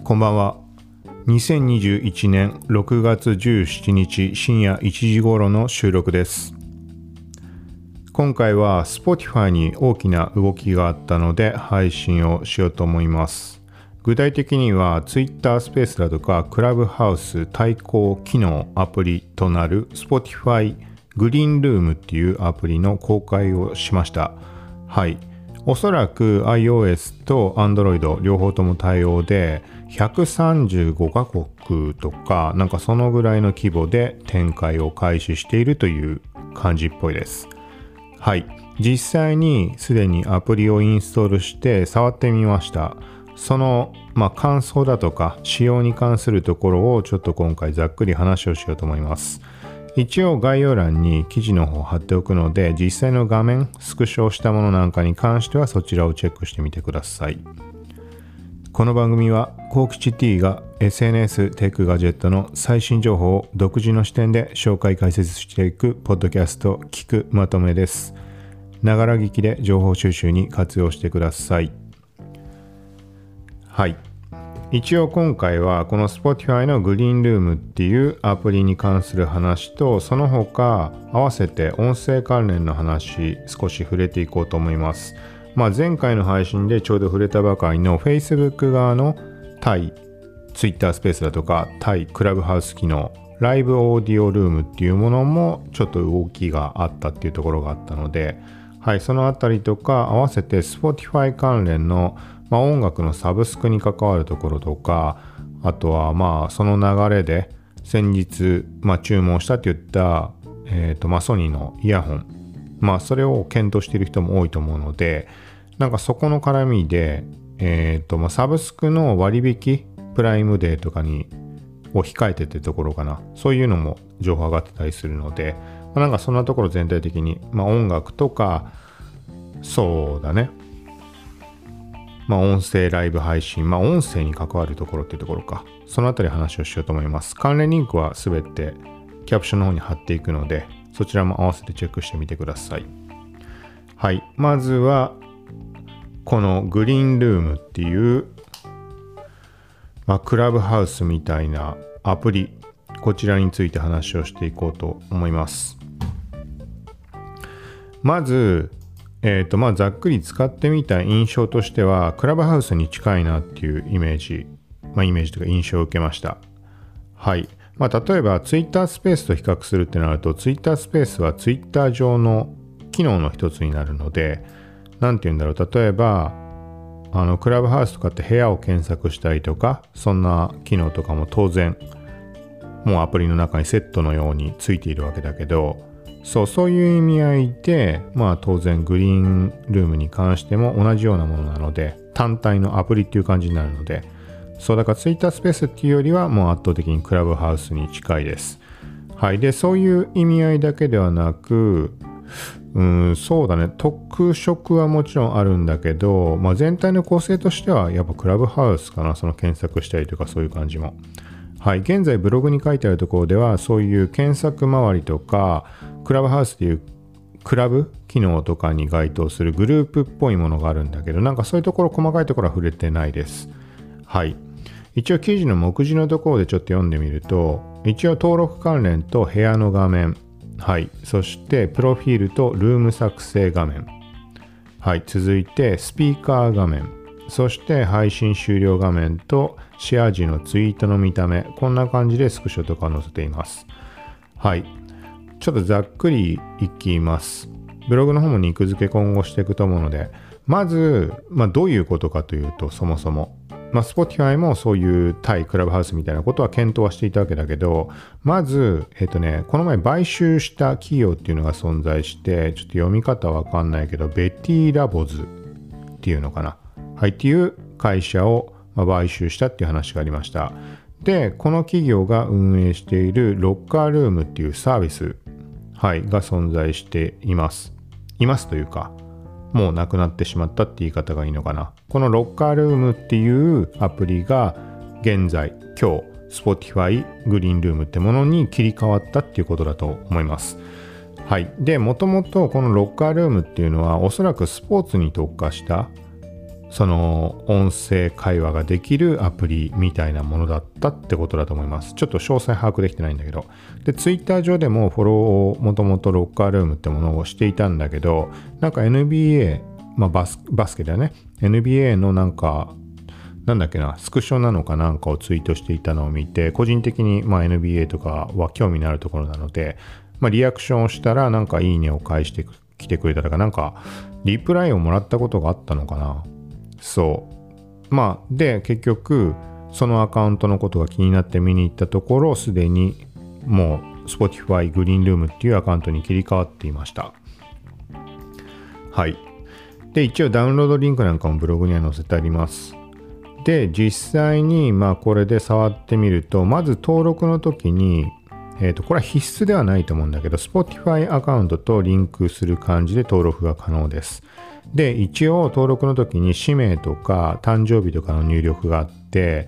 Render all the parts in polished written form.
こんばんは。2021年6月17日深夜1時頃の収録です。今回は Spotify に大きな動きがあったので配信をしようと思います。具体的には Twitter スペースだとか Clubhouse 対抗機能アプリとなる Spotify グリーンルームっていうアプリの公開をしました。はい。おそらく iOS と Android 両方とも対応で135カ国とかなんかそのぐらいの規模で展開を開始しているという感じっぽいです。はい。実際にすでにアプリをインストールして触ってみました。その感想だとか仕様に関するところをちょっと今回ざっくり話をしようと思います。一応概要欄に記事の方を貼っておくので実際の画面スクショしたものなんかに関してはそちらをチェックしてみてください。この番組はコウキチ T が SNS テックガジェットの最新情報を独自の視点で紹介解説していくポッドキャスト聞くまとめです。ながら聞きで情報収集に活用してください。はい。一応今回はこの Spotify のグリーンルームっていうアプリに関する話とその他合わせて音声関連の話少し触れていこうと思います。前回の配信でちょうど触れたばかりの Facebook 側の対 Twitter スペースだとか対クラブハウス機能ライブオーディオルームっていうものもちょっと動きがあったっていうところがあったので、はい、そのあたりとか合わせて Spotify 関連の音楽のサブスクに関わるところとか、あとはその流れで先日注文したって言ったソニーのイヤホン、それを検討している人も多いと思うので、なんかそこの絡みでサブスクの割引プライムデーとかを控えてってところかな、そういうのも情報上がってたりするので、なんかそんなところ全体的に音楽とかそうだね。音声ライブ配信、音声に関わるところっていうところか。そのあたり話をしようと思います。関連リンクはすべてキャプションの方に貼っていくので、そちらも合わせてチェックしてみてください。はい。まずは、このグリーンルームっていう、クラブハウスみたいなアプリ、こちらについて話をしていこうと思います。まず、ざっくり使ってみた印象としてはクラブハウスに近いなっていうイメージというか印象を受けました。はい。例えば Twitter スペースと比較するってなると Twitter スペースは Twitter 上の機能の一つになるので、なんて言うんだろう、例えばクラブハウスとかって部屋を検索したりとかそんな機能とかも当然もうアプリの中にセットのようについているわけだけど、そういう意味合いで当然グリーンルームに関しても同じようなものなので単体のアプリっていう感じになるので、だから Twitter スペースっていうよりはもう圧倒的にクラブハウスに近いです。はい。でそういう意味合いだけではなくそうだね、特色はもちろんあるんだけど、全体の構成としてはやっぱクラブハウスかな。その検索したりとかそういう感じも。はい。現在ブログに書いてあるところではそういう検索周りとかクラブハウスでいうクラブ機能とかに該当するグループっぽいものがあるんだけど、なんかそういうところ細かいところは触れてないです。はい。一応記事の目次のところでちょっと読んでみると、一応登録関連と部屋の画面、はい。そしてプロフィールとルーム作成画面、はい。続いてスピーカー画面、そして配信終了画面とシェア時のツイートの見た目、こんな感じでスクショとか載せています。はい。ちょっとざっくりいきます。ブログの方も肉付け今後していくと思うので、まず、どういうことかというと、そもそも、Spotify もそういう対クラブハウスみたいなことは検討はしていたわけだけど、まず、この前買収した企業っていうのが存在して、ちょっと読み方わかんないけど、ベティラボズっていうのかな。はい、っていう会社を買収したっていう話がありました。で、この企業が運営しているロッカールームっていうサービス、はい、が存在しています。いますというか、もうなくなってしまったって言い方がいいのかな。このロッカールームっていうアプリが現在、今日、Spotify グリーンルームってものに切り替わったっていうことだと思います。はい。で、もともとこのロッカールームっていうのはおそらくスポーツに特化したその音声会話ができるアプリみたいなものだったってことだと思います。ちょっと詳細把握できてないんだけど。で、ツイッター上でもフォローをもともとロッカールームってものをしていたんだけど、なんか NBA、バスケだよね。NBA のなんだっけな、スクショなのかなんかをツイートしていたのを見て、個人的にNBA とかは興味のあるところなので、リアクションをしたらなんかいいねを返してきてくれたとか、なんかリプライをもらったことがあったのかな。そう。で、結局、そのアカウントのことが気になって見に行ったところ、すでにもう Spotify グリーンルームっていうアカウントに切り替わっていました。はい。で、一応ダウンロードリンクなんかもブログには載せてあります。で、実際にこれで触ってみると、まず登録の時に、これは必須ではないと思うんだけど、Spotify アカウントとリンクする感じで登録が可能です。で、一応登録の時に氏名とか誕生日とかの入力があって、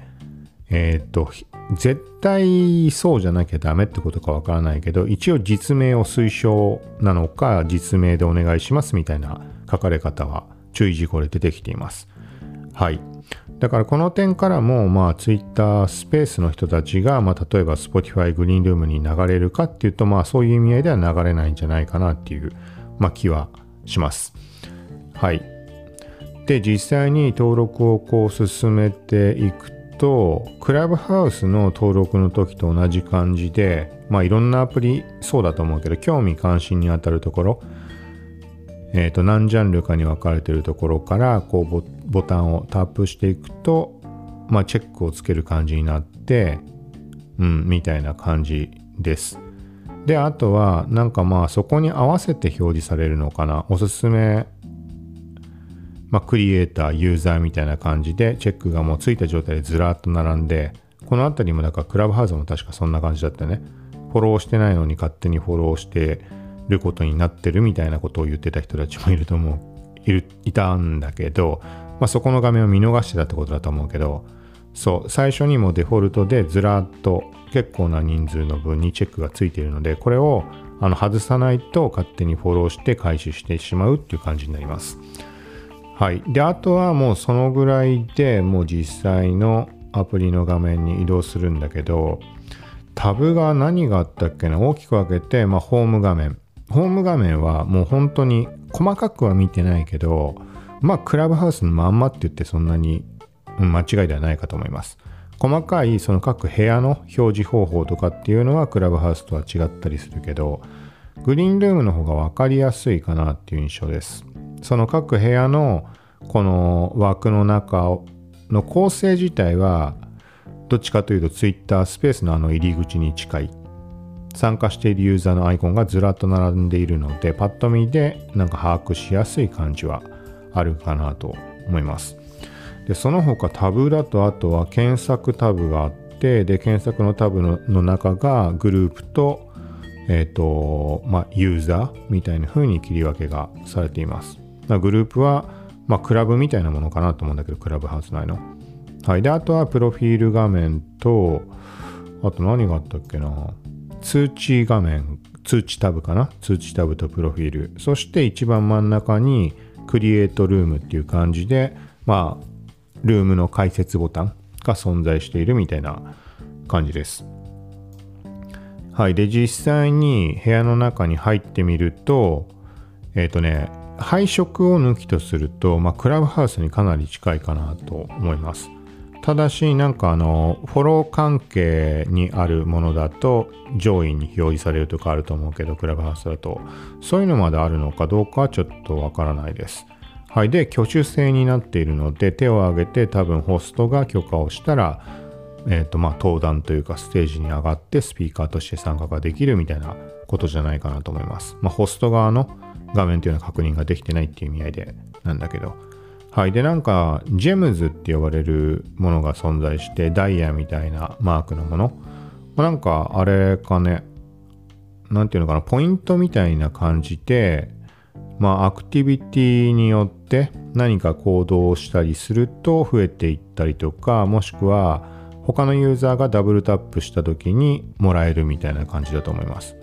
絶対そうじゃなきゃダメってことかわからないけど、一応実名を推奨なのか、実名でお願いしますみたいな書かれ方は注意事項で出てきています。はい。だからこの点からも、Twitter スペースの人たちが、例えば Spotify グリーンルームに流れるかっていうと、そういう意味合いでは流れないんじゃないかなっていう、気はします。はい。で、実際に登録を進めていくと、クラブハウスの登録の時と同じ感じで、いろんなアプリそうだと思うけど、興味関心に当たるところ、何ジャンルかに分かれているところからボタンをタップしていくと、チェックをつける感じになって、みたいな感じです。で、あとはそこに合わせて表示されるのかな、おすすめ、クリエイター、ユーザーみたいな感じでチェックがもうついた状態でずらっと並んで、このあたりもだからクラブハウスも確かそんな感じだったね。フォローしてないのに勝手にフォローしてることになってるみたいなことを言ってた人たちもいたんだけど、そこの画面を見逃してたってことだと思うけど、そう、最初にもデフォルトでずらっと結構な人数の分にチェックがついているので、これを外さないと勝手にフォローして開始してしまうっていう感じになります。はい。で、あとはもうそのぐらいでもう実際のアプリの画面に移動するんだけど、タブが何があったっけな、大きく分けて、ホーム画面。ホーム画面はもう本当に細かくは見てないけど、クラブハウスのまんまって言ってそんなに間違いではないかと思います。細かいその各部屋の表示方法とかっていうのはクラブハウスとは違ったりするけど、グリーンルームの方が分かりやすいかなっていう印象です。その各部屋のこの枠の中の構成自体はどっちかというと Twitter スペースの入り口に近い。参加しているユーザーのアイコンがずらっと並んでいるので、パッと見で把握しやすい感じはあるかなと思います。で、その他タブだと、あとは検索タブがあって、で、検索のタブの中がグループと、ユーザーみたいな風に切り分けがされています。グループは、クラブみたいなものかなと思うんだけど、クラブハウス内の。はい。で、あとはプロフィール画面と、あと何があったっけな。通知画面、通知タブかな。通知タブとプロフィール。そして一番真ん中にクリエイトルームっていう感じで、ルームの開設ボタンが存在しているみたいな感じです。はい。で、実際に部屋の中に入ってみると、配色を抜きとすると、クラブハウスにかなり近いかなと思います。ただし、フォロー関係にあるものだと、上位に表示されるとかあると思うけど、クラブハウスだと、そういうのまであるのかどうかはちょっとわからないです。はい。で、挙手制になっているので、手を挙げて多分ホストが許可をしたら、登壇というかステージに上がってスピーカーとして参加ができるみたいなことじゃないかなと思います。ホスト側の画面というのは確認ができてないっていう意味合いでなんだけど。はい。で、ジェムズって呼ばれるものが存在して、ダイヤみたいなマークのもの。あれかね、なんていうのかな、ポイントみたいな感じで、アクティビティによって何か行動をしたりすると増えていったりとか、もしくは他のユーザーがダブルタップした時にもらえるみたいな感じだと思います。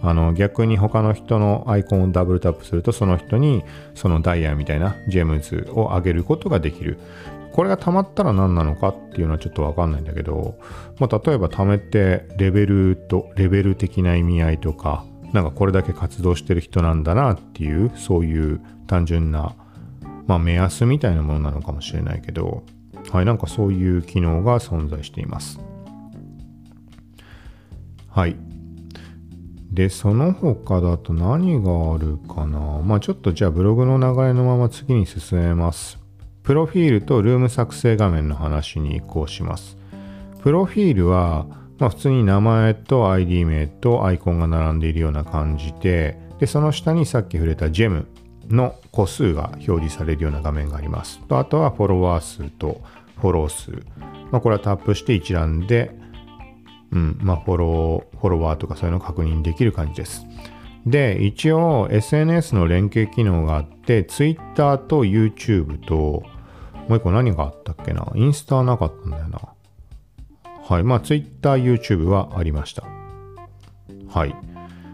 逆に他の人のアイコンをダブルタップするとその人にそのダイヤみたいなジェムズをあげることができる。これが溜まったら何なのかっていうのはちょっとわかんないんだけど、例えば貯めてレベル的な意味合いとか、なんかこれだけ活動してる人なんだなっていう、そういう単純な目安みたいなものなのかもしれないけど、はい、なんかそういう機能が存在しています。はい。で、その他だと何があるかな。ちょっとじゃあブログの流れのまま次に進めます。プロフィールとルーム作成画面の話に移行します。プロフィールは、普通に名前と ID 名とアイコンが並んでいるような感じで、その下にさっき触れたジェムの個数が表示されるような画面があります。あとはフォロワー数とフォロー数。これはタップして一覧で、フォロワーとかそういうのを確認できる感じです。で、一応 SNS の連携機能があって、Twitter と YouTube と、もう一個何があったっけな。インスタはなかったんだよな。はい。Twitter、YouTube はありました。はい。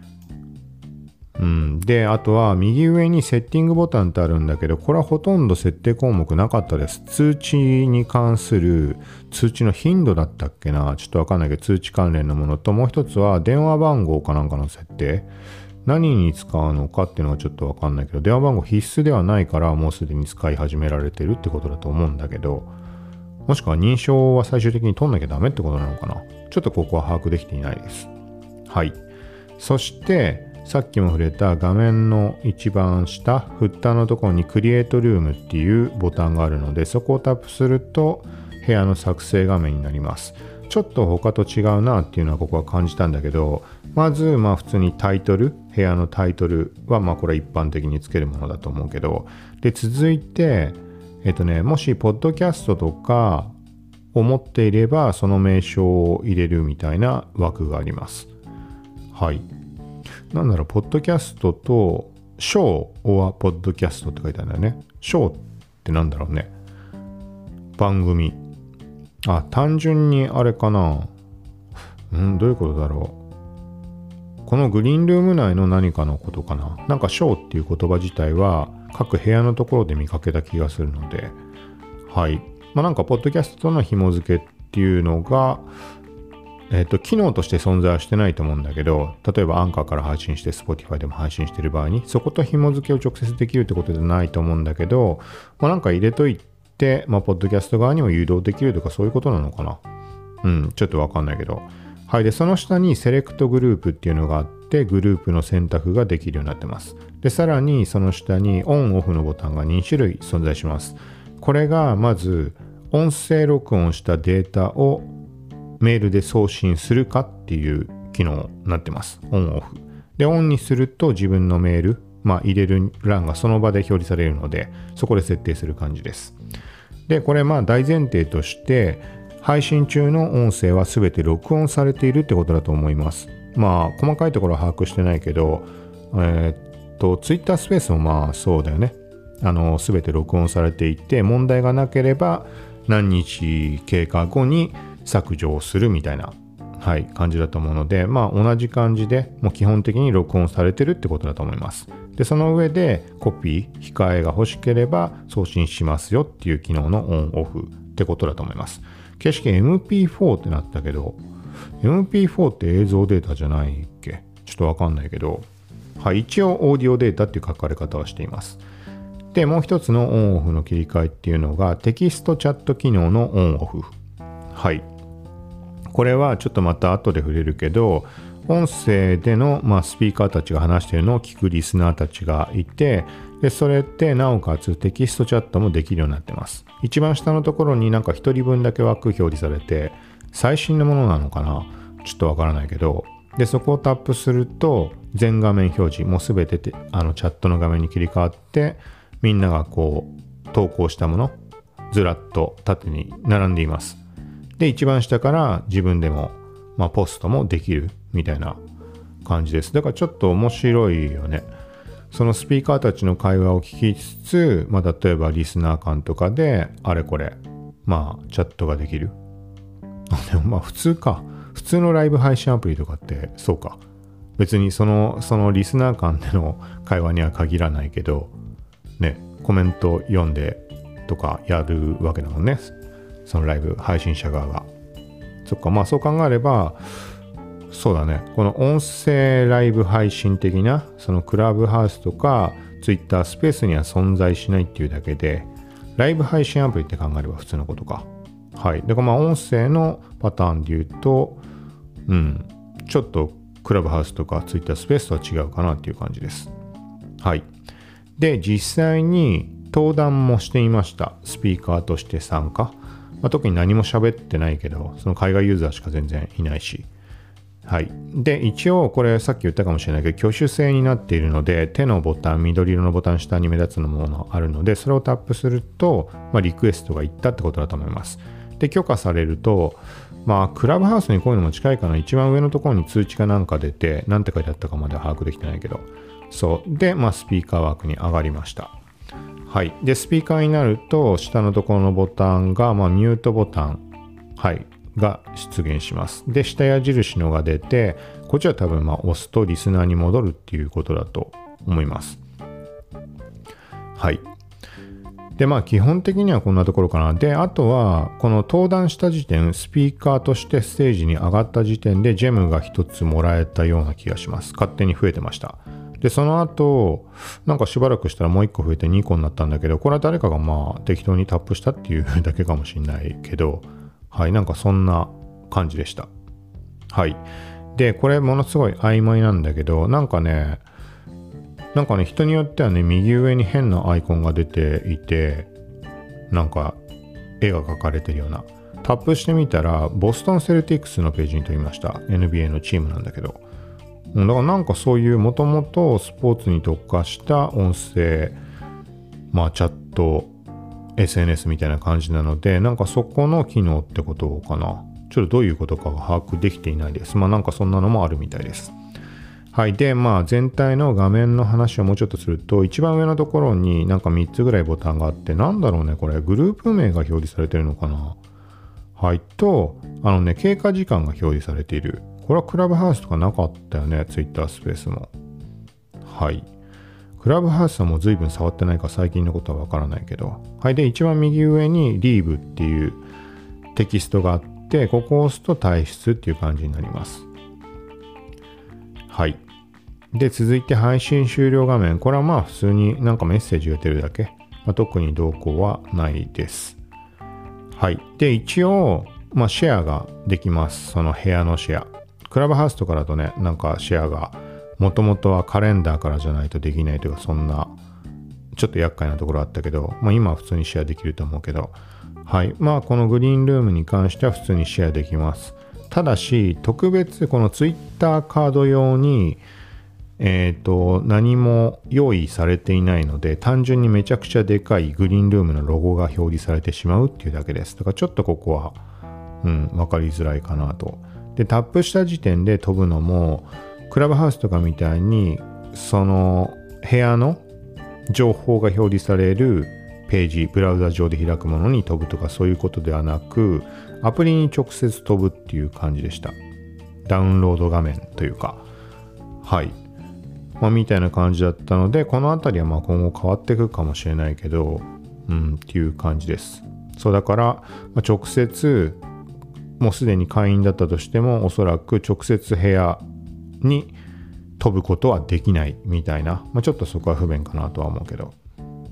で、あとは右上にセッティングボタンってあるんだけど、これはほとんど設定項目なかったです。通知に関する通知の頻度だったっけな、ちょっとわかんないけど、通知関連のものと、もう一つは電話番号かなんかの設定。何に使うのかっていうのはちょっとわかんないけど、電話番号必須ではないからもうすでに使い始められてるってことだと思うんだけど、もしくは認証は最終的に取んなきゃダメってことなのかな。ちょっとここは把握できていないです。はい。そしてさっきも触れた画面の一番下、フッターのところにクリエイトルームっていうボタンがあるので、そこをタップすると部屋の作成画面になります。ちょっと他と違うなっていうのはここは感じたんだけど、まず普通にタイトル、部屋のタイトルはこれ一般的につけるものだと思うけど、で続いてもしポッドキャストとかを持っていればその名称を入れるみたいな枠があります。はい。なんだろう、ポッドキャストとショー or ポッドキャストって書いてあるんだよね。ショーってなんだろうね。番組。単純にあれかな。どういうことだろう。このグリーンルーム内の何かのことかな。なんかショーっていう言葉自体は各部屋のところで見かけた気がするので、はい。なんかポッドキャストとの紐付けっていうのが、機能として存在はしてないと思うんだけど、例えばアンカーから配信して Spotify でも配信している場合に、そこと紐付けを直接できるってことじゃないと思うんだけど、なんか入れといて、ポッドキャスト側にも誘導できるとかそういうことなのかな。ちょっとわかんないけど。はい。で、その下にセレクトグループっていうのがあって、グループの選択ができるようになってます。で、さらにその下にオンオフのボタンが2種類存在します。これがまず、音声録音したデータをメールで送信するかっていう機能になってます。オンオフ。で、オンにすると自分のメール、入れる欄がその場で表示されるので、そこで設定する感じです。で、これ大前提として、配信中の音声は全て録音されているってことだと思います。細かいところは把握してないけど、Twitter スペースもそうだよね。全て録音されていて、問題がなければ何日経過後に削除をするみたいな、感じだと思うので、同じ感じでもう基本的に録音されてるってことだと思います。で、その上でコピー、控えが欲しければ送信しますよっていう機能のオンオフってことだと思います。形式 MP4 ってなったけど、MP4 って映像データじゃないっけ？ちょっとわかんないけど、一応オーディオデータっていう書かれ方はしています。で、もう一つのオンオフの切り替えっていうのがテキストチャット機能のオンオフ。はい。これはちょっとまた後で触れるけど、音声での、スピーカーたちが話しているのを聞くリスナーたちがいて、で、それってなおかつテキストチャットもできるようになってます。一番下のところになんか一人分だけ枠表示されて、最新のものなのかな？ちょっとわからないけど、で、そこをタップすると、全画面表示、もうすべてチャットの画面に切り替わって、みんなが投稿したもの、ずらっと縦に並んでいます。で、一番下から自分でも、ポストもできるみたいな感じです。だからちょっと面白いよね。そのスピーカーたちの会話を聞きつつ、例えばリスナー間とかで、あれこれ、チャットができる。でも普通か。普通のライブ配信アプリとかって、そうか。 別にそのリスナー間での会話には限らないけど、ね、コメント読んでとかやるわけだもんね。そのライブ配信者側が。そっか、まあそう考えれば、そうだね。この音声ライブ配信的な、そのクラブハウスとか、ツイッタースペースには存在しないっていうだけで、ライブ配信アプリって考えれば普通のことか。はい。だからまあ音声のパターンで言うと、ちょっとクラブハウスとかツイッタースペースとは違うかなっていう感じです。はい。で、実際に登壇もしていました。スピーカーとして参加。特に何も喋ってないけど、その海外ユーザーしか全然いないし。はい。で、一応これさっき言ったかもしれないけど、挙手制になっているので、手のボタン、緑色のボタン下に目立つものがあるので、それをタップすると、リクエストがいったってことだと思います。で、許可されると、クラブハウスにこういうのも近いかな。一番上のところに通知がなんか出て、なんて書いてあったかまでは把握できてないけど。そう。で、スピーカー枠に上がりました。はい。で、スピーカーになると、下のところのボタンが、ミュートボタン、はい、が出現します。で、下矢印のが出て、こっちは多分、押すとリスナーに戻るっていうことだと思います。はい。で、基本的にはこんなところかな。で、あとは、この登壇した時点、スピーカーとしてステージに上がった時点で、ジェムが一つもらえたような気がします。勝手に増えてました。で、その後、なんかしばらくしたらもう1個増えて2個になったんだけど、これは誰かが適当にタップしたっていうだけかもしれないけど、はい、なんかそんな感じでした。はい。で、これものすごい曖昧なんだけど、なんかね、人によってはね、右上に変なアイコンが出ていて、なんか絵が描かれてるような。タップしてみたら、ボストンセルティックスのページに飛びました。NBA のチームなんだけど。だからなんかそういうもともとスポーツに特化した音声、チャット、SNS みたいな感じなので、なんかそこの機能ってことかな。ちょっとどういうことかが把握できていないです。なんかそんなのもあるみたいです。はい。で、全体の画面の話をもうちょっとすると、一番上のところになんか3つぐらいボタンがあって、なんだろうね、これ、グループ名が表示されてるのかな。はい。と、経過時間が表示されている。これはクラブハウスとかなかったよね、ツイッタースペースも。はい。クラブハウスはもう随分触ってないから最近のことはわからないけど。はい。で、一番右上に Leave っていうテキストがあって、ここを押すと退出っていう感じになります。はい。で、続いて配信終了画面。これは普通になんかメッセージが出てるだけ。特に動向はないです。はい。で、一応、シェアができます。その部屋のシェア。クラブハウスとかだとね、なんかシェアが、もともとはカレンダーからじゃないとできないというか、そんな、ちょっと厄介なところあったけど、今は普通にシェアできると思うけど、はい。このグリーンルームに関しては普通にシェアできます。ただし、特別このツイッターカード用に、何も用意されていないので、単純にめちゃくちゃでかいグリーンルームのロゴが表示されてしまうっていうだけです。だからちょっとここは、わかりづらいかなと。で、タップした時点で飛ぶのも、クラブハウスとかみたいに、その部屋の情報が表示されるページ、ブラウザ上で開くものに飛ぶとかそういうことではなく、アプリに直接飛ぶっていう感じでした。ダウンロード画面というか。はい。みたいな感じだったので、このあたりは今後変わっていくかもしれないけど、っていう感じです。そうだから、直接、もうすでに会員だったとしても、おそらく直接部屋に飛ぶことはできないみたいな、ちょっとそこは不便かなとは思うけど。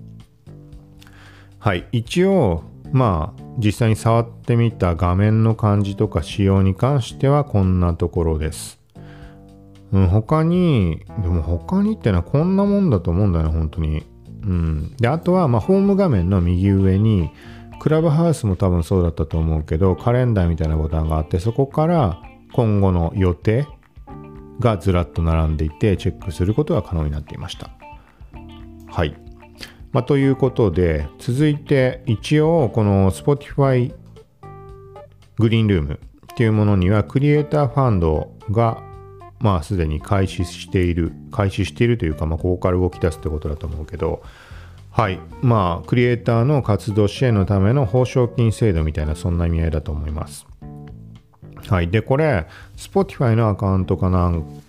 はい。一応、実際に触ってみた画面の感じとか仕様に関してはこんなところです。他にってのはこんなもんだと思うんだよね、本当に。で、あとは、ホーム画面の右上に、クラブハウスも多分そうだったと思うけど、カレンダーみたいなボタンがあって、そこから今後の予定がずらっと並んでいて、チェックすることが可能になっていました。はい。ということで、続いて一応この Spotify グリーンルームっていうものにはクリエイターファンドがすでに開始しているというか、ここから動き出すってことだと思うけど、はい。クリエイターの活動支援のための報奨金制度みたいな、そんな意味合いだと思います。はい。で、これ、Spotify のアカウントかなんかだっ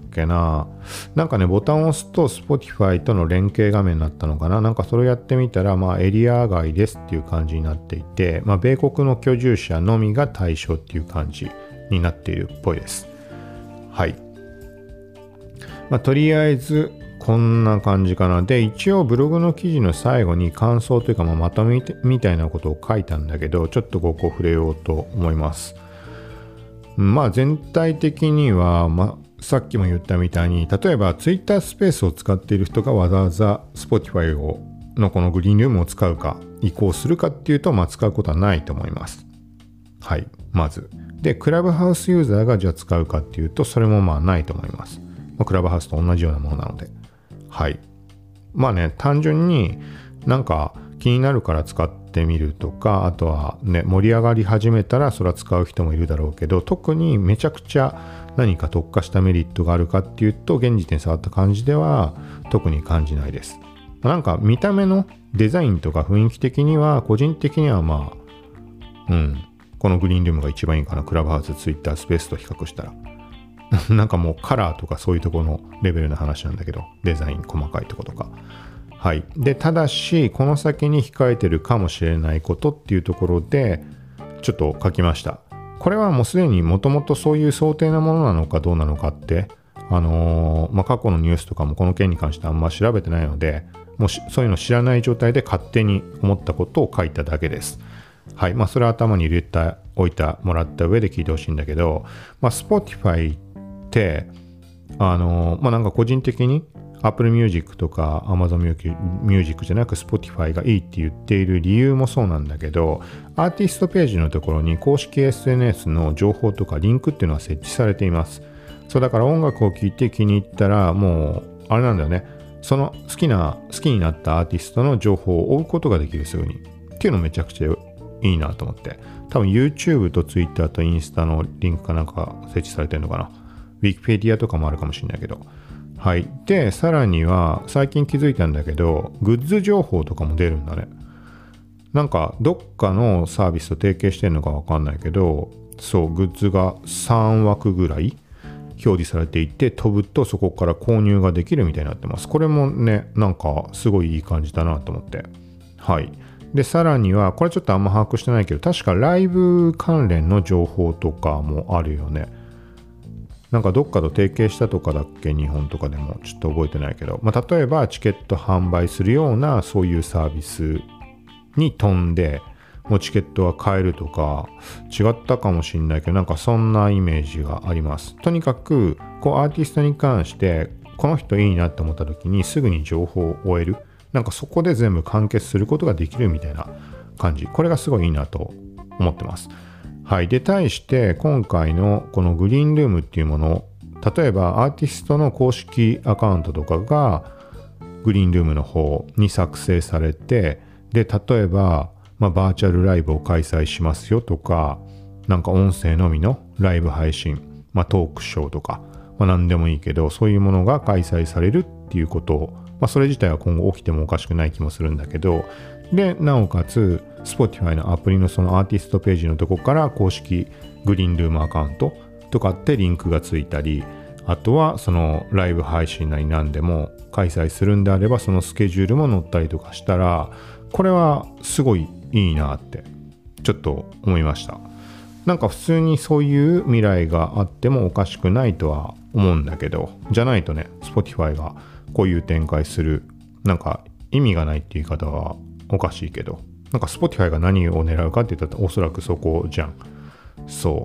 けな。なんかね、ボタンを押すと Spotify との連携画面になったのかな。なんかそれをやってみたら、エリア外ですっていう感じになっていて、米国の居住者のみが対象っていう感じになっているっぽいです。はい。とりあえず、こんな感じかな。で、一応ブログの記事の最後に感想というか、まとめみたいなことを書いたんだけど、ちょっとここ触れようと思います。全体的には、さっきも言ったみたいに、例えば Twitter スペースを使っている人がわざわざ Spotify のこのグリーンルームを使うか、移行するかっていうと、使うことはないと思います。はい、まず。で、クラブハウスユーザーがじゃあ使うかっていうと、それもないと思います。クラブハウスと同じようなものなので。はい。単純になんか気になるから使ってみるとか、あとはね、盛り上がり始めたらそれは使う人もいるだろうけど、特にめちゃくちゃ何か特化したメリットがあるかっていうと、現時点触った感じでは特に感じないです。なんか見た目のデザインとか雰囲気的には、個人的にはこのグリーンルームが一番いいかな。クラブハウス、ツイッター、スペースと比較したら。なんかもうカラーとかそういうところのレベルの話なんだけど、デザイン細かいところとか。はい。で、ただし、この先に控えてるかもしれないことっていうところで、ちょっと書きました。これはもうすでにもともとそういう想定なものなのかどうなのかって、過去のニュースとかもこの件に関してあんま調べてないので、もうそういうの知らない状態で勝手に思ったことを書いただけです。はい。それは頭に入れてもらった上で聞いてほしいんだけど、Spotify って、なんか個人的に Apple Music とか Amazon Music じゃなく Spotify がいいって言っている理由もそうなんだけど、アーティストページのところに公式 SNS の情報とかリンクっていうのは設置されています。そうだから音楽を聴いて気に入ったら、もうあれなんだよね。その好きになったアーティストの情報を追うことができる、すぐに。っていうのめちゃくちゃいいなと思って。多分 YouTube と Twitter とインスタのリンクかなんか設置されてるのかな。Wikipedia とかもあるかもしれないけど。はい。で、さらには最近気づいたんだけど、グッズ情報とかも出るんだね。なんかどっかのサービスと提携してるのかわかんないけど、そう、グッズが3枠ぐらい表示されていて、飛ぶとそこから購入ができるみたいになってます。これもね、なんかすごいいい感じだなと思って。はい。で、さらには、これちょっとあんま把握してないけど、確かライブ関連の情報とかもあるよね。なんかどっかと提携したとかだっけ、日本とかでもちょっと覚えてないけど、例えばチケット販売するようなそういうサービスに飛んで、もうチケットは買えるとか、違ったかもしれないけど、なんかそんなイメージがあります。とにかく、アーティストに関して、この人いいなって思った時にすぐに情報を追える。なんかそこで全部完結することができるみたいな感じ。これがすごいいいなと思ってます。はい。で、対して今回のこのグリーンルームっていうもの、例えばアーティストの公式アカウントとかがグリーンルームの方に作成されて、で、例えば、バーチャルライブを開催しますよとか、なんか音声のみのライブ配信、トークショーとか、何でもいいけど、そういうものが開催されるっていうことを、それ自体は今後起きてもおかしくない気もするんだけど、で、なおかつ、Spotify のアプリのそのアーティストページのとこから公式グリーンルームアカウントとかってリンクがついたり、あとはそのライブ配信なりなんでも開催するんであれば、そのスケジュールも載ったりとかしたら、これはすごいいいなってちょっと思いました。なんか普通にそういう未来があってもおかしくないとは思うんだけど、じゃないとね、Spotify がこういう展開する、なんか意味がないっていう言い方はおかしいけど、なんか Spotify が何を狙うかって言ったらおそらくそこじゃん。そう。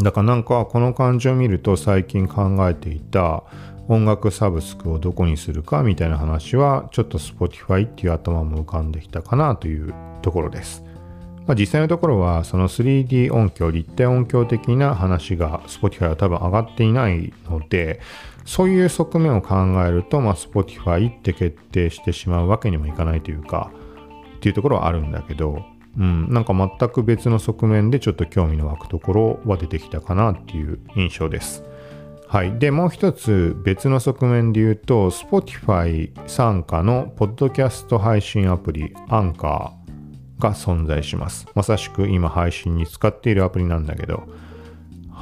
だからなんかこの感じを見ると、最近考えていた音楽サブスクをどこにするかみたいな話はちょっと Spotify っていう頭も浮かんできたかなというところです。実際のところはその 3D 音響、立体音響的な話が Spotify は多分上がっていないので、そういう側面を考えると、Spotify って決定してしまうわけにもいかないというか、っていうところはあるんだけど、なんか全く別の側面でちょっと興味の湧くところは出てきたかなっていう印象です。はい。で、もう一つ別の側面で言うと、Spotify 傘下のポッドキャスト配信アプリ、アンカーが存在します。まさしく今配信に使っているアプリなんだけど、はい。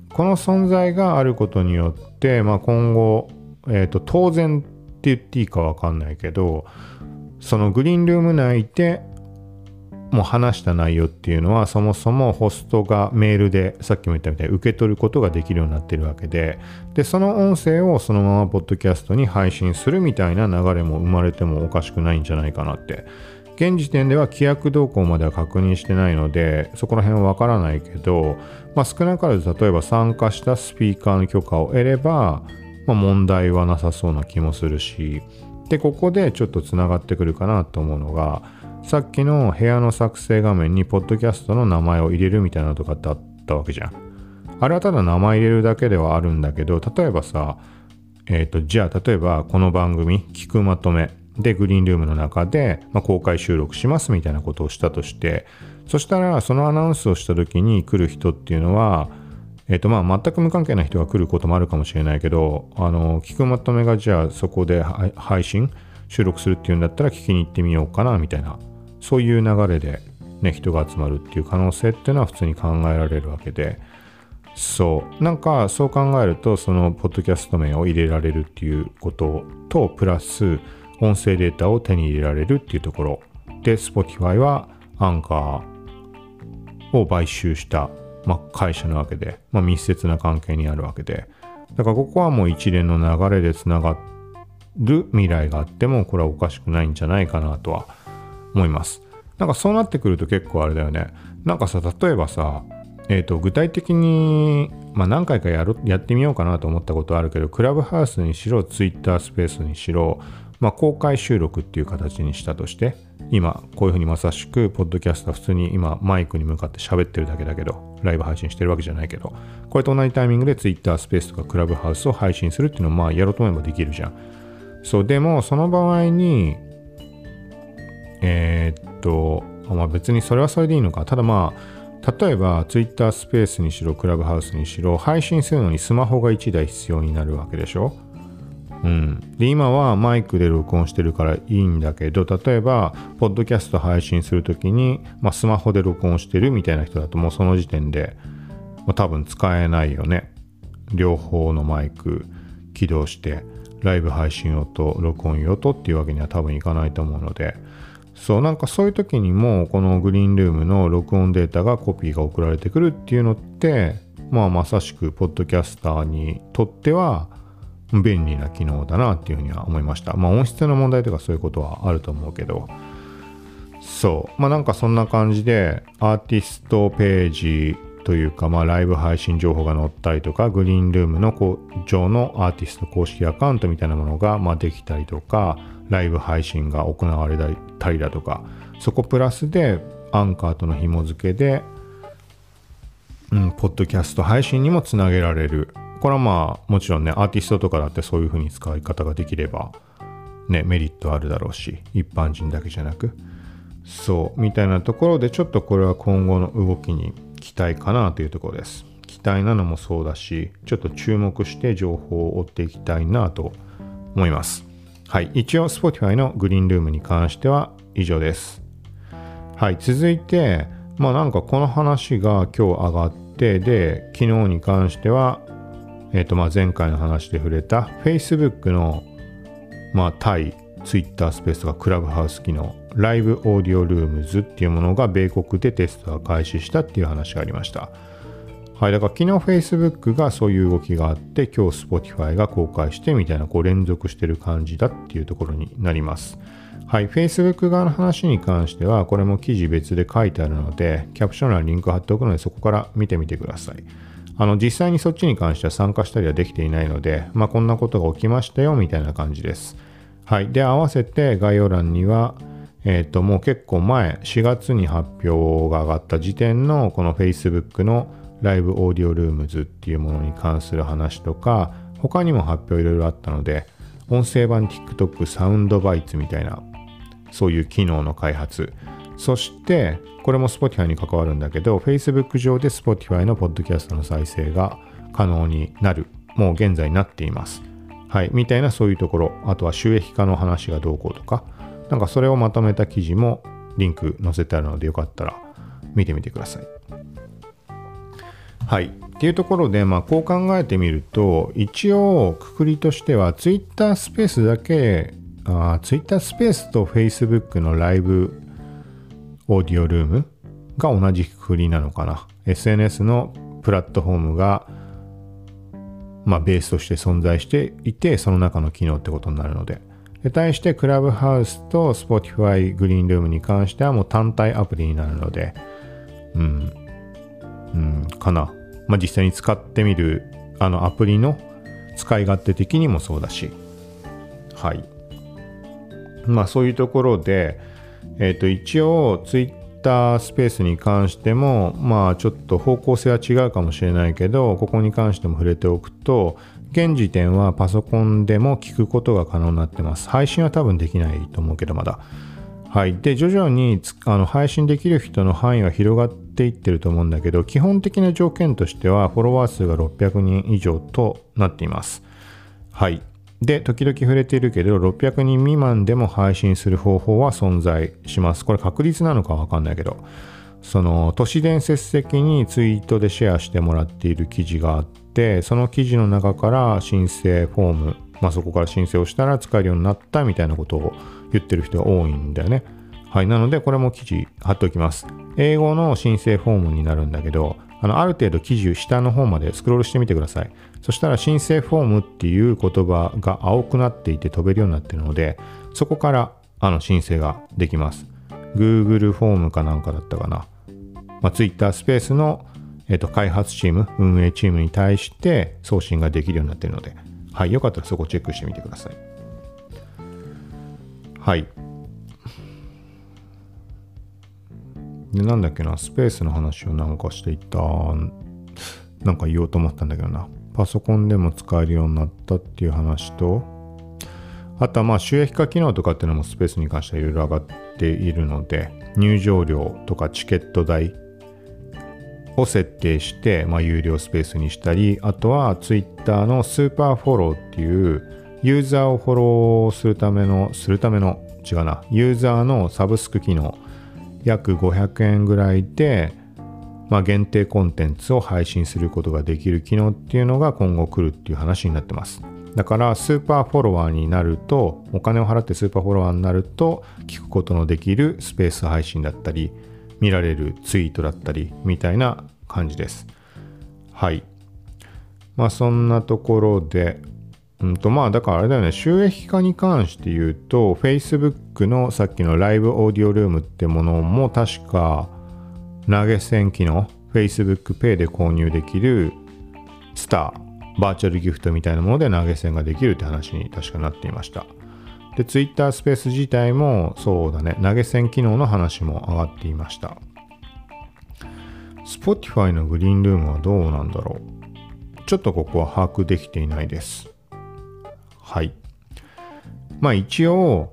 この存在があることによって、今後、当然って言っていいか分かんないけど、そのグリーンルーム内でもう話した内容っていうのはそもそもホストがメールでさっきも言ったみたいに受け取ることができるようになってるわけで、その音声をそのままポッドキャストに配信するみたいな流れも生まれてもおかしくないんじゃないかなって。現時点では規約動向までは確認してないのでそこら辺はわからないけど、少なからず例えば参加したスピーカーの許可を得れば、問題はなさそうな気もするし、でここでちょっとつながってくるかなと思うのが、さっきの部屋の作成画面にポッドキャストの名前を入れるみたいなのとかってあったわけじゃん。あれはただ名前入れるだけではあるんだけど、例えばさ、じゃあ例えばこの番組聞くまとめでグリーンルームの中で、公開収録しますみたいなことをしたとして、そしたらそのアナウンスをした時に来る人っていうのは、全く無関係な人が来ることもあるかもしれないけど、聞くまとめがじゃあそこで配信収録するっていうんだったら聞きに行ってみようかなみたいな、そういう流れでね人が集まるっていう可能性っていうのは普通に考えられるわけで、そう考えるとそのポッドキャスト名を入れられるっていうこととプラス音声データを手に入れられるっていうところで、 Spotify はアンカーを買収した、会社なわけで、密接な関係にあるわけで、だからここはもう一連の流れでつながる未来があってもこれはおかしくないんじゃないかなとは思います。そうなってくると結構あれだよね。例えばさ、具体的に、何回かやってみようかなと思ったことはあるけど、クラブハウスにしろツイッタースペースにしろ、公開収録っていう形にしたとして、今こういうふうにまさしくポッドキャストは普通に今マイクに向かって喋ってるだけだけど、ライブ配信してるわけじゃないけど、これと同じタイミングでツイッタースペースとかクラブハウスを配信するっていうのはやろうと思えばできるじゃん。そう、でもその場合に別にそれはそれでいいのか。ただ例えばツイッタースペースにしろクラブハウスにしろ配信するのにスマホが1台必要になるわけでしょ。で今はマイクで録音してるからいいんだけど、例えばポッドキャスト配信するときに、スマホで録音してるみたいな人だともうその時点で、多分使えないよね。両方のマイク起動してライブ配信用と録音用とっていうわけには多分いかないと思うので、そういう時にもこのグリーンルームの録音データがコピーが送られてくるっていうのって、まさしくポッドキャスターにとっては便利な機能だなっていうふうには思いました。音質の問題とかそういうことはあると思うけど、そんな感じでアーティストページというか、ライブ配信情報が載ったりとか、グリーンルームの上のアーティスト公式アカウントみたいなものができたりとか、ライブ配信が行われたりだとか、そこプラスでアンカーとの紐付けで、ポッドキャスト配信にもつなげられる。これはもちろんね、アーティストとかだってそういう風に使い方ができればね、メリットあるだろうし、一般人だけじゃなく、みたいなところで、ちょっとこれは今後の動きに期待かなというところです。期待なのもそうだし、ちょっと注目して情報を追っていきたいなと思います。はい、一応 Spotify のグリーンルームに関しては以上です。はい、続いて、この話が今日上がって、で、昨日に関しては、前回の話で触れた Facebook の、対 Twitter スペースとかクラブハウス機能、ライブオーディオルームズっていうものが米国でテストが開始したっていう話がありました。はい、だから昨日 Facebook がそういう動きがあって、今日 Spotify が公開してみたいな、連続してる感じだっていうところになります。はい、Facebook 側の話に関しては、これも記事別で書いてあるので、キャプション欄にリンク貼っておくので、そこから見てみてください。実際にそっちに関しては参加したりはできていないので、こんなことが起きましたよみたいな感じです。はい、で、合わせて概要欄には、もう結構前、4月に発表が上がった時点のこの Facebook のライブオーディオルームズっていうものに関する話とか、他にも発表いろいろあったので、音声版 TikTok サウンドバイツみたいな、そういう機能の開発、そしてこれも Spotify に関わるんだけど、 Facebook 上で Spotify のポッドキャストの再生が可能になる、もう現在なっています。はい、みたいなそういうところ、あとは収益化の話がどうこうとか、それをまとめた記事もリンク載せてあるので、よかったら見てみてください。はい、 っていうところで、こう考えてみると、一応くくりとしては Twitter スペースだけ、Twitter スペースと Facebook のライブオーディオルームが同じくくりなのかな。SNS のプラットフォームがベースとして存在していて、その中の機能ってことになるので。で、対してクラブハウスと Spotify グリーンルームに関してはもう単体アプリになるので、かな。実際に使ってみるアプリの使い勝手的にもそうだし、はい。そういうところで、一応 Twitter スペースに関しても、ちょっと方向性は違うかもしれないけど、ここに関しても触れておくと、現時点はパソコンでも聞くことが可能になってます。配信は多分できないと思うけど、まだ。はい。で、徐々に配信できる人の範囲は広がっていってると思うんだけど、基本的な条件としては、フォロワー数が600人以上となっています。はい。で、時々触れているけど、600人未満でも配信する方法は存在します。これ確率なのかわかんないけど、都市伝説的にツイートでシェアしてもらっている記事があって、その記事の中から申請フォーム、そこから申請をしたら使えるようになったみたいなことを言ってる人が多いんだよね。はい。なので、これも記事貼っておきます。英語の申請フォームになるんだけど、ある程度記事下の方までスクロールしてみてください。そしたら申請フォームっていう言葉が青くなっていて飛べるようになっているので、そこから申請ができます。Google フォームかなんかだったかな。Twitter スペースの、開発チーム、運営チームに対して送信ができるようになっているので、はい。よかったらそこチェックしてみてください。はい。で、なんだっけな、スペースの話をなんかしていた、なんか言おうと思ったんだけどな。パソコンでも使えるようになったっていう話と、あとは収益化機能とかっていうのもスペースに関してはいろいろ上がっているので、入場料とかチケット代を設定して、有料スペースにしたり、あとは Twitter のスーパーフォローっていうユーザーをフォローするための、ユーザーのサブスク機能、約500円ぐらいで、限定コンテンツを配信することができる機能っていうのが今後来るっていう話になってます。だからスーパーフォロワーになると、お金を払ってスーパーフォロワーになると聞くことのできるスペース配信だったり、見られるツイートだったりみたいな感じです。はい。そんなところで、だからあれだよね、収益化に関して言うと、Facebook のさっきのライブオーディオルームってものも確か投げ銭機能、Facebook Pay で購入できるスター、バーチャルギフトみたいなもので投げ銭ができるって話に確かなっていました。で、Twitter スペース自体もそうだね、投げ銭機能の話も上がっていました。Spotify のグリーンルームはどうなんだろう。ちょっとここは把握できていないです。はい。一応、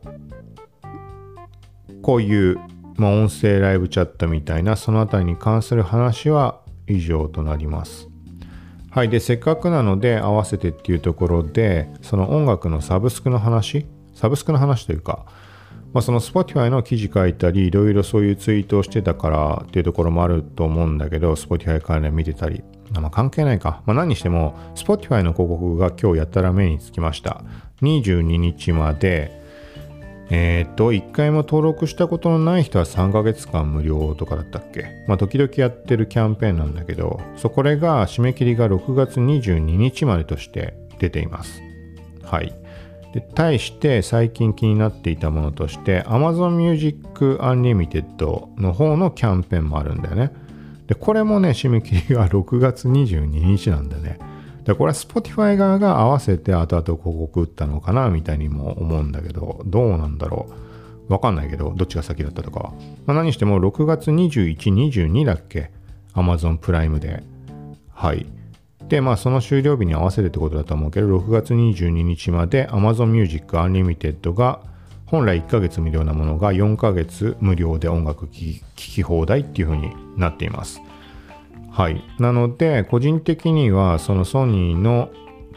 こういう、音声ライブチャットみたいな、そのあたりに関する話は以上となります。はい。で、せっかくなので合わせてっていうところで、その音楽のサブスクの話というか、その Spotify の記事書いたり、いろいろそういうツイートをしてたからっていうところもあると思うんだけど、Spotify 関連見てたり。関係ないか。何にしても、Spotify の広告が今日やたら目につきました。22日まで、1回も登録したことのない人は3ヶ月間無料とかだったっけ。時々やってるキャンペーンなんだけど、これが締め切りが6月22日までとして出ています。はい。で、対して最近気になっていたものとして Amazon Music Unlimited の方のキャンペーンもあるんだよね。で、これもね、締め切りが6月22日なんだね。で、これは Spotify 側が合わせて後々広告打ったのかなみたいにも思うんだけど、どうなんだろう。わかんないけど、どっちが先だったとかは。何しても6月21、22だっけ Amazon プライムで。はい。で、その終了日に合わせてってことだと思うけど、6月22日まで Amazon Music Unlimited が本来1ヶ月無料なものが4ヶ月無料で音楽聴き放題っていう風になっています。はい。なので、個人的にはそのソニーの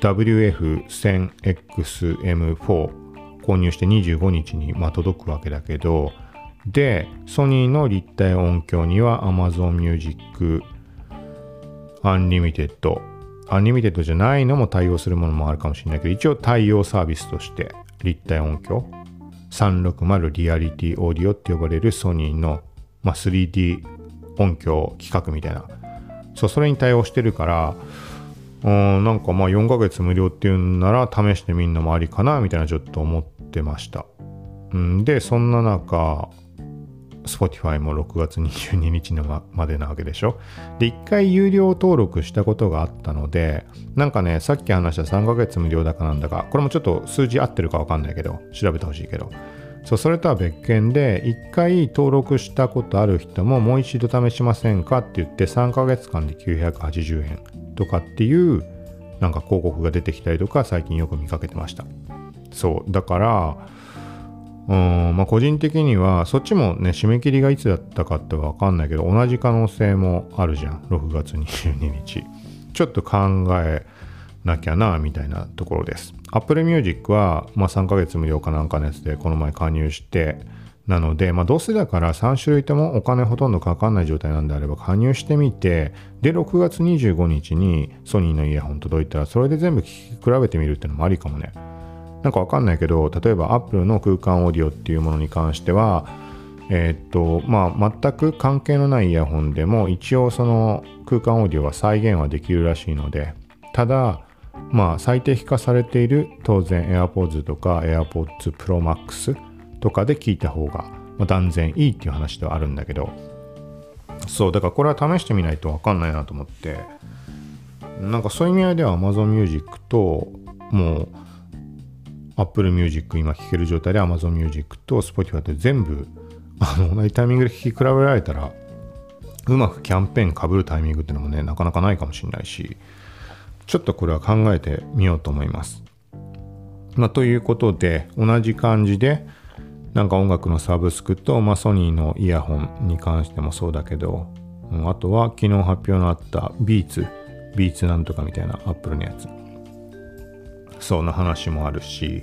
WF1000XM4 購入して25日に届くわけだけど、で、ソニーの立体音響には Amazon Music アンリミテッドじゃないのも対応するものもあるかもしれないけど、一応対応サービスとして立体音響360リアリティオーディオって呼ばれるソニーの、3D 音響規格みたいな、それに対応してるから、なんか4ヶ月無料っていうんなら試してみるのもありかなみたいなちょっと思ってました。でそんな中Spotify も6月22日までなわけでしょ。で1回有料登録したことがあったので、なんかね、さっき話した3ヶ月無料だかなんだか、これもちょっと数字合ってるか分かんないけど調べてほしいけど、それとは別件で1回登録したことある人ももう一度試しませんかって言って3ヶ月間で980円とかっていうなんか広告が出てきたりとか最近よく見かけてました。そうだから個人的にはそっちもね、締め切りがいつだったかって分かんないけど同じ可能性もあるじゃん。6月22日ちょっと考えなきゃなみたいなところです。 Apple Music は、3ヶ月無料かなんかのやつでこの前加入して、なので、どうせだから3種類ともお金ほとんどかかんない状態なんであれば加入してみて、で6月25日にソニーのイヤホン届いたらそれで全部聞き比べてみるっていうのもありかもね。なんかわかんないけど、例えば Apple の空間オーディオっていうものに関しては全く関係のないイヤホンでも一応その空間オーディオは再現はできるらしいので、ただ最適化されている当然 AirPods とか AirPods Pro Max とかで聞いた方が断然いいっていう話ではあるんだけど、そうだからこれは試してみないと分かんないなと思って、なんかそういう意味合いでは Amazon Music ともう Apple Music 今聴ける状態で Amazon Music と Spotify って全部同じタイミングで聴き比べられたらうまくキャンペーン被るタイミングっていうのもね、なかなかないかもしれないし、ちょっとこれは考えてみようと思います。ということで同じ感じでなんか音楽のサブスクと、ソニーのイヤホンに関してもそうだけど、あとは昨日発表のあったビーツなんとかみたいな Apple のやつ、そんな話もあるし、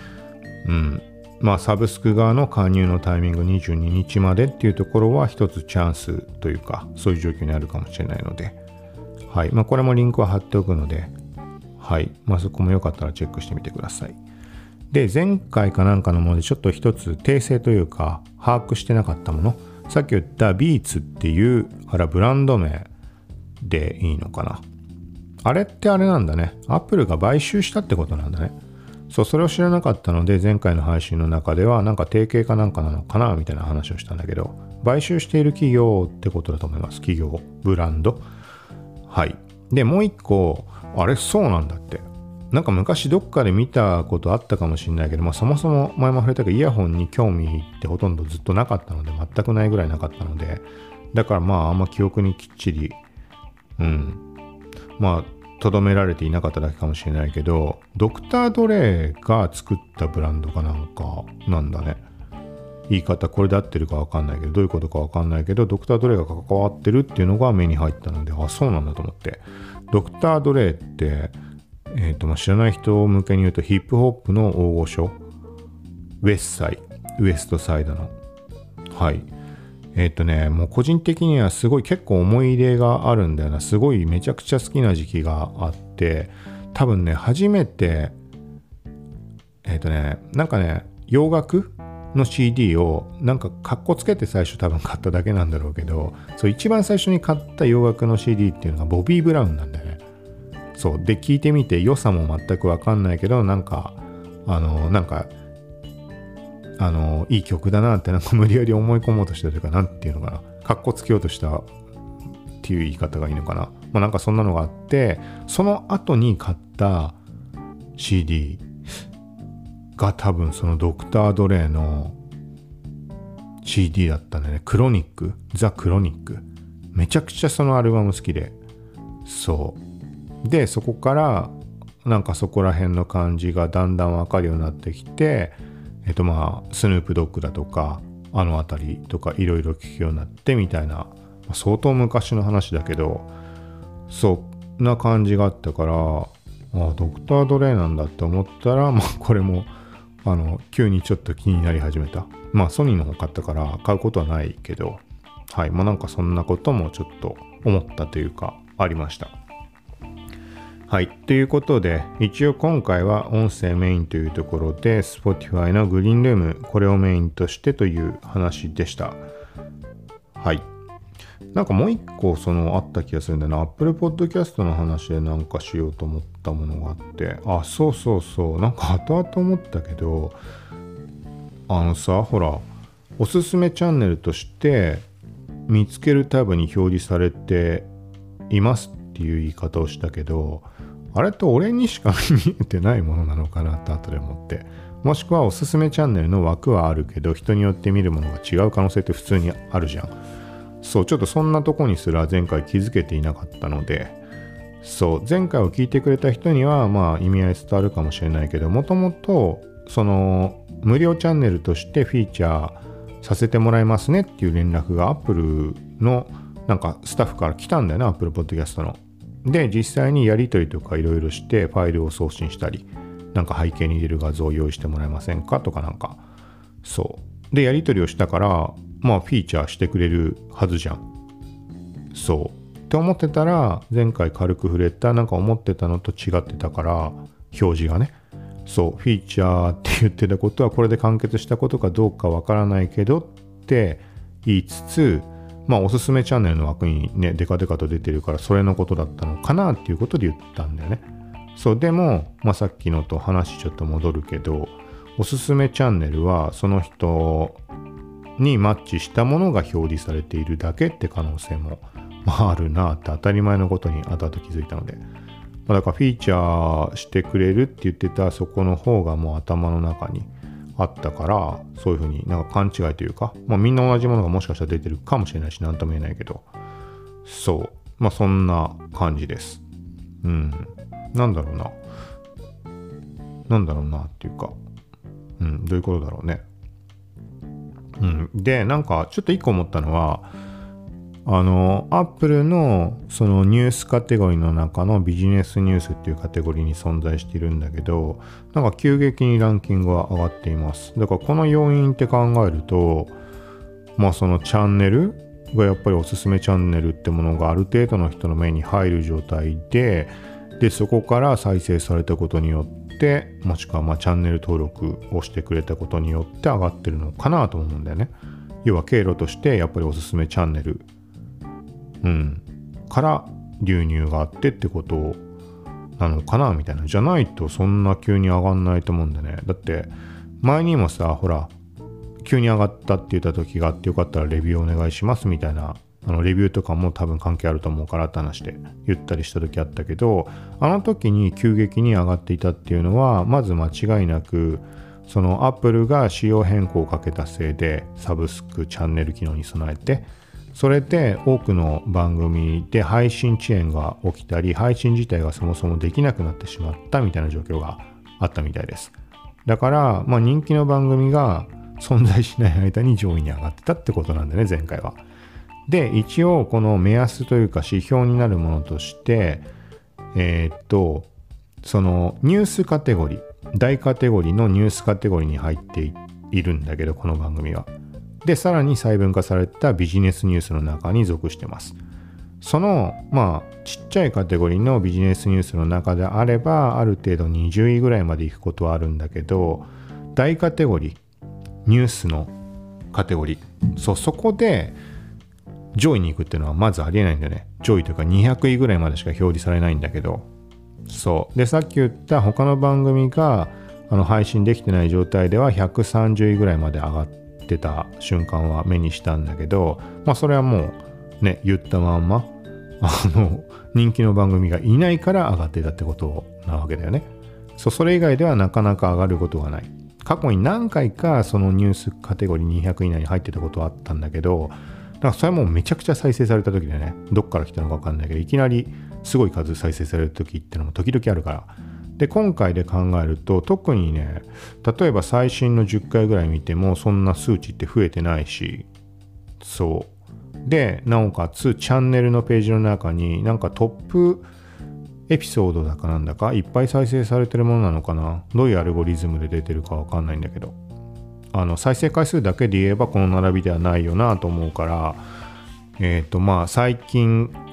サブスク側の加入のタイミング22日までっていうところは一つチャンスというか、そういう状況にあるかもしれないので、はい、これもリンクは貼っておくので、はい、そこもよかったらチェックしてみてください。で、前回かなんかのものでちょっと一つ訂正というか把握してなかったもの、さっき言ったビーツっていうブランド名でいいのかな、あれってあれなんだね、アップルが買収したってことなんだね。それを知らなかったので、前回の配信の中ではなんか提携かなんかなのかなみたいな話をしたんだけど、買収している企業ってことだと思います。企業、ブランド。はい。で、もう一個、あれそうなんだって。なんか昔どっかで見たことあったかもしれないけど、そもそも前も触れたけどイヤホンに興味ってほとんどずっとなかったので、全くないぐらいなかったので、だからあんま記憶にきっちり留められていなかっただけかもしれないけど、ドクター・ドレイが作ったブランドかなんかなんだね。言い方これで合ってるか分かんないけど、どういうことか分かんないけど、ドクター・ドレイが関わってるっていうのが目に入ったので、そうなんだと思って。ドクター・ドレイって知らない人向けに言うとヒップホップの大御所、ウエストサイドの、はい、もう個人的にはすごい結構思い入れがあるんだよな。すごいめちゃくちゃ好きな時期があって、多分ね初めてなんかね洋楽の CD をなんかカッコつけて最初多分買っただけなんだろうけど、そう一番最初に買った洋楽の CD っていうのがボビー・ブラウンなんだよね。そうで聞いてみて良さも全く分かんないけど、なんかいい曲だなってなんか無理やり思い込もうとしたというか、なんていうのかな、かっこつけようとしたっていう言い方がいいのかな、なんかそんなのがあって、その後に買った CD が多分そのドクター・ドレイの CD だったんだよね。クロニック、ザ・クロニック、めちゃくちゃそのアルバム好きで、そうでそこからなんかそこら辺の感じがだんだん分かるようになってきて、スヌープドッグだとかあのあたりとかいろいろ聞くようになってみたいな、相当昔の話だけど、そんな感じがあったから、ドクター・ドレイなんだって思ったら、これも急にちょっと気になり始めた。ソニーの方買ったから買うことはないけど、はい、なんかそんなこともちょっと思ったというか、 ありました。はい。ということで、一応今回は音声メインというところで、Spotify のグリーンルーム、これをメインとしてという話でした。はい。なんかもう一個あった気がするんだな。Apple Podcast の話でなんかしようと思ったものがあって、なんか後々思ったけど、ほら、おすすめチャンネルとして見つけるタブに表示されていますっていう言い方をしたけど、あれって俺にしか見えてないものなのかなって後で思って、もしくはおすすめチャンネルの枠はあるけど人によって見るものが違う可能性って普通にあるじゃん。ちょっとそんなとこにすら前回気づけていなかったので、前回を聞いてくれた人には意味合い伝わるかもしれないけど、もともと無料チャンネルとしてフィーチャーさせてもらいますねっていう連絡が Apple のなんかスタッフから来たんだよね、Apple Podcast の。で、実際にやり取りとかいろいろしてファイルを送信したり、なんか背景に入れる画像を用意してもらえませんかとかなんか、で、やり取りをしたから、フィーチャーしてくれるはずじゃん。って思ってたら、前回軽く触れた、なんか思ってたのと違ってたから、表示がね。フィーチャーって言ってたことはこれで完結したことかどうかわからないけどって言いつつ、おすすめチャンネルの枠にね、デカデカと出てるからそれのことだったのかなっていうことで言ったんだよね。でも、さっきのと話ちょっと戻るけど、おすすめチャンネルはその人にマッチしたものが表示されているだけって可能性もあるなって当たり前のことに後々気づいたので、だからフィーチャーしてくれるって言ってたそこの方がもう頭の中にあったから、そういうふうになんか勘違いというか、みんな同じものがもしかしたら出てるかもしれないし、なんとも言えないけど、そんな感じです。なんだろうなっていうか、どういうことだろうね。で、なんかちょっと一個思ったのは、Apple のそのニュースカテゴリーの中のビジネスニュースっていうカテゴリーに存在しているんだけど、なんか急激にランキングが上がっています。だからこの要因って考えると、そのチャンネルがやっぱりおすすめチャンネルってものがある程度の人の目に入る状態で、そこから再生されたことによって、もしくはチャンネル登録をしてくれたことによって上がってるのかなと思うんだよね。要は経路としてやっぱりおすすめチャンネルから流入があってってことなのかなみたいな。じゃないとそんな急に上がんないと思うんだね。だって前にもさ、ほら急に上がったって言った時があって、よかったらレビューお願いしますみたいな、レビューとかも多分関係あると思うからって話で言ったりした時あったけど、あの時に急激に上がっていたっていうのは、まず間違いなくその Apple が仕様変更をかけたせいで、サブスクチャンネル機能に備えて、それで多くの番組で配信遅延が起きたり、配信自体がそもそもできなくなってしまったみたいな状況があったみたいです。だから人気の番組が存在しない間に上位に上がってたってことなんだね、前回は。で、一応この目安というか指標になるものとして、そのニュースカテゴリー、大カテゴリーのニュースカテゴリーに入っているんだけど、この番組は。で、さらに細分化されたビジネスニュースの中に属してます。そのちっちゃいカテゴリーのビジネスニュースの中であれば、ある程度20位ぐらいまで行くことはあるんだけど、大カテゴリー、ニュースのカテゴリー、そこで上位に行くっていうのはまずありえないんだよね。上位というか200位ぐらいまでしか表示されないんだけど、で、さっき言った他の番組が配信できてない状態では130位ぐらいまで上がってた瞬間は目にしたんだけど、それはもうね、言ったまんま人気の番組がいないから上がってたってことなわけだよね。それ以外ではなかなか上がることがない。過去に何回かそのニュースカテゴリー200位以内に入ってたことはあったんだけど、だからそれはもうめちゃくちゃ再生された時でね、どっから来たのか分かんないけど、いきなりすごい数再生される時ってのも時々あるから。で、今回で考えると特にね、例えば最新の10回ぐらい見てもそんな数値って増えてないし、で、なおかつチャンネルのページの中になんかトップエピソードだかなんだかいっぱい再生されてるものなのかな、どういうアルゴリズムで出てるかわかんないんだけど、再生回数だけで言えばこの並びではないよなと思うから、最近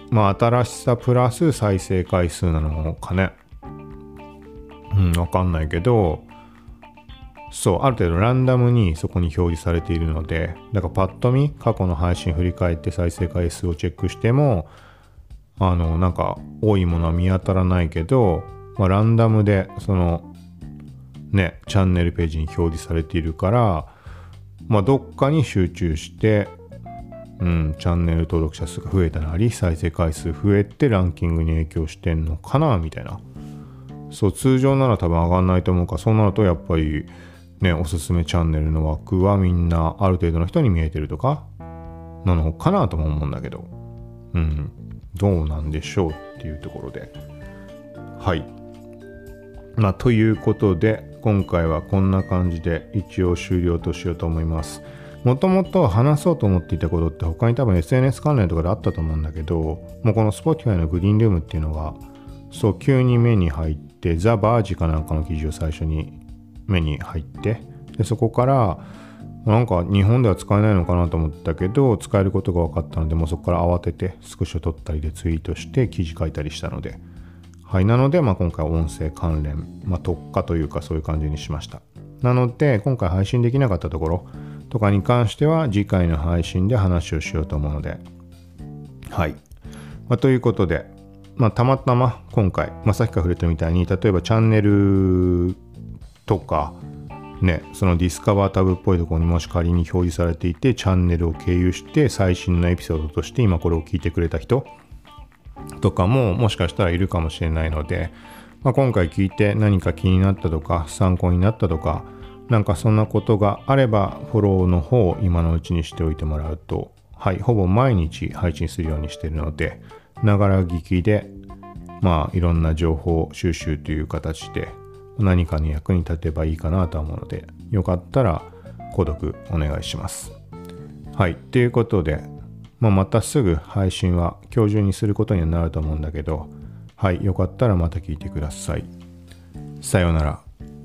まあ新しさプラス再生回数なのかね。わかんないけど、そう、ある程度ランダムにそこに表示されているので、だからパッと見、過去の配信振り返って再生回数をチェックしても、なんか多いものは見当たらないけど、まあ、ランダムでそのねチャンネルページに表示されているから、まあ、どっかに集中して、チャンネル登録者数が増えたなり再生回数増えてランキングに影響してんのかなみたいな。そう、通常なら多分上がんないと思うから、そうなるとやっぱりね、おすすめチャンネルの枠はみんなある程度の人に見えてるとかなのかなとも思うんだけど、どうなんでしょうっていうところで、はい。まあということで今回はこんな感じで一応終了としようと思います。もともと話そうと思っていたことって他に多分 SNS 関連とかであったと思うんだけど、もうこの Spotify のグリーンルームっていうのがそう急に目に入って、ザ・バージかなんかの記事を最初に目に入って、でそこからなんか日本では使えないのかなと思ったけど使えることが分かったので、もうそこから慌ててスクショ撮ったりでツイートして記事書いたりしたので、はい、なので今回は音声関連、特化というかそういう感じにしました。なので今回配信できなかったところとかに関しては次回の配信で話をしようと思うので、はい、ということで、たまたま今回、さっきから触れたみたいに、例えばチャンネルとかね、そのディスカバータブっぽいところにもし仮に表示されていて、チャンネルを経由して最新のエピソードとして今これを聞いてくれた人とかももしかしたらいるかもしれないので、今回聞いて何か気になったとか参考になったとか、なんかそんなことがあればフォローの方を今のうちにしておいてもらうと、はい、ほぼ毎日配信するようにしているので、ながら聞きでいろんな情報収集という形で何かに役に立てばいいかなと思うので、よかったら購読お願いします。はい、ということで、またすぐ配信は今日中にすることにはなると思うんだけど、はい、よかったらまた聞いてください。さようなら。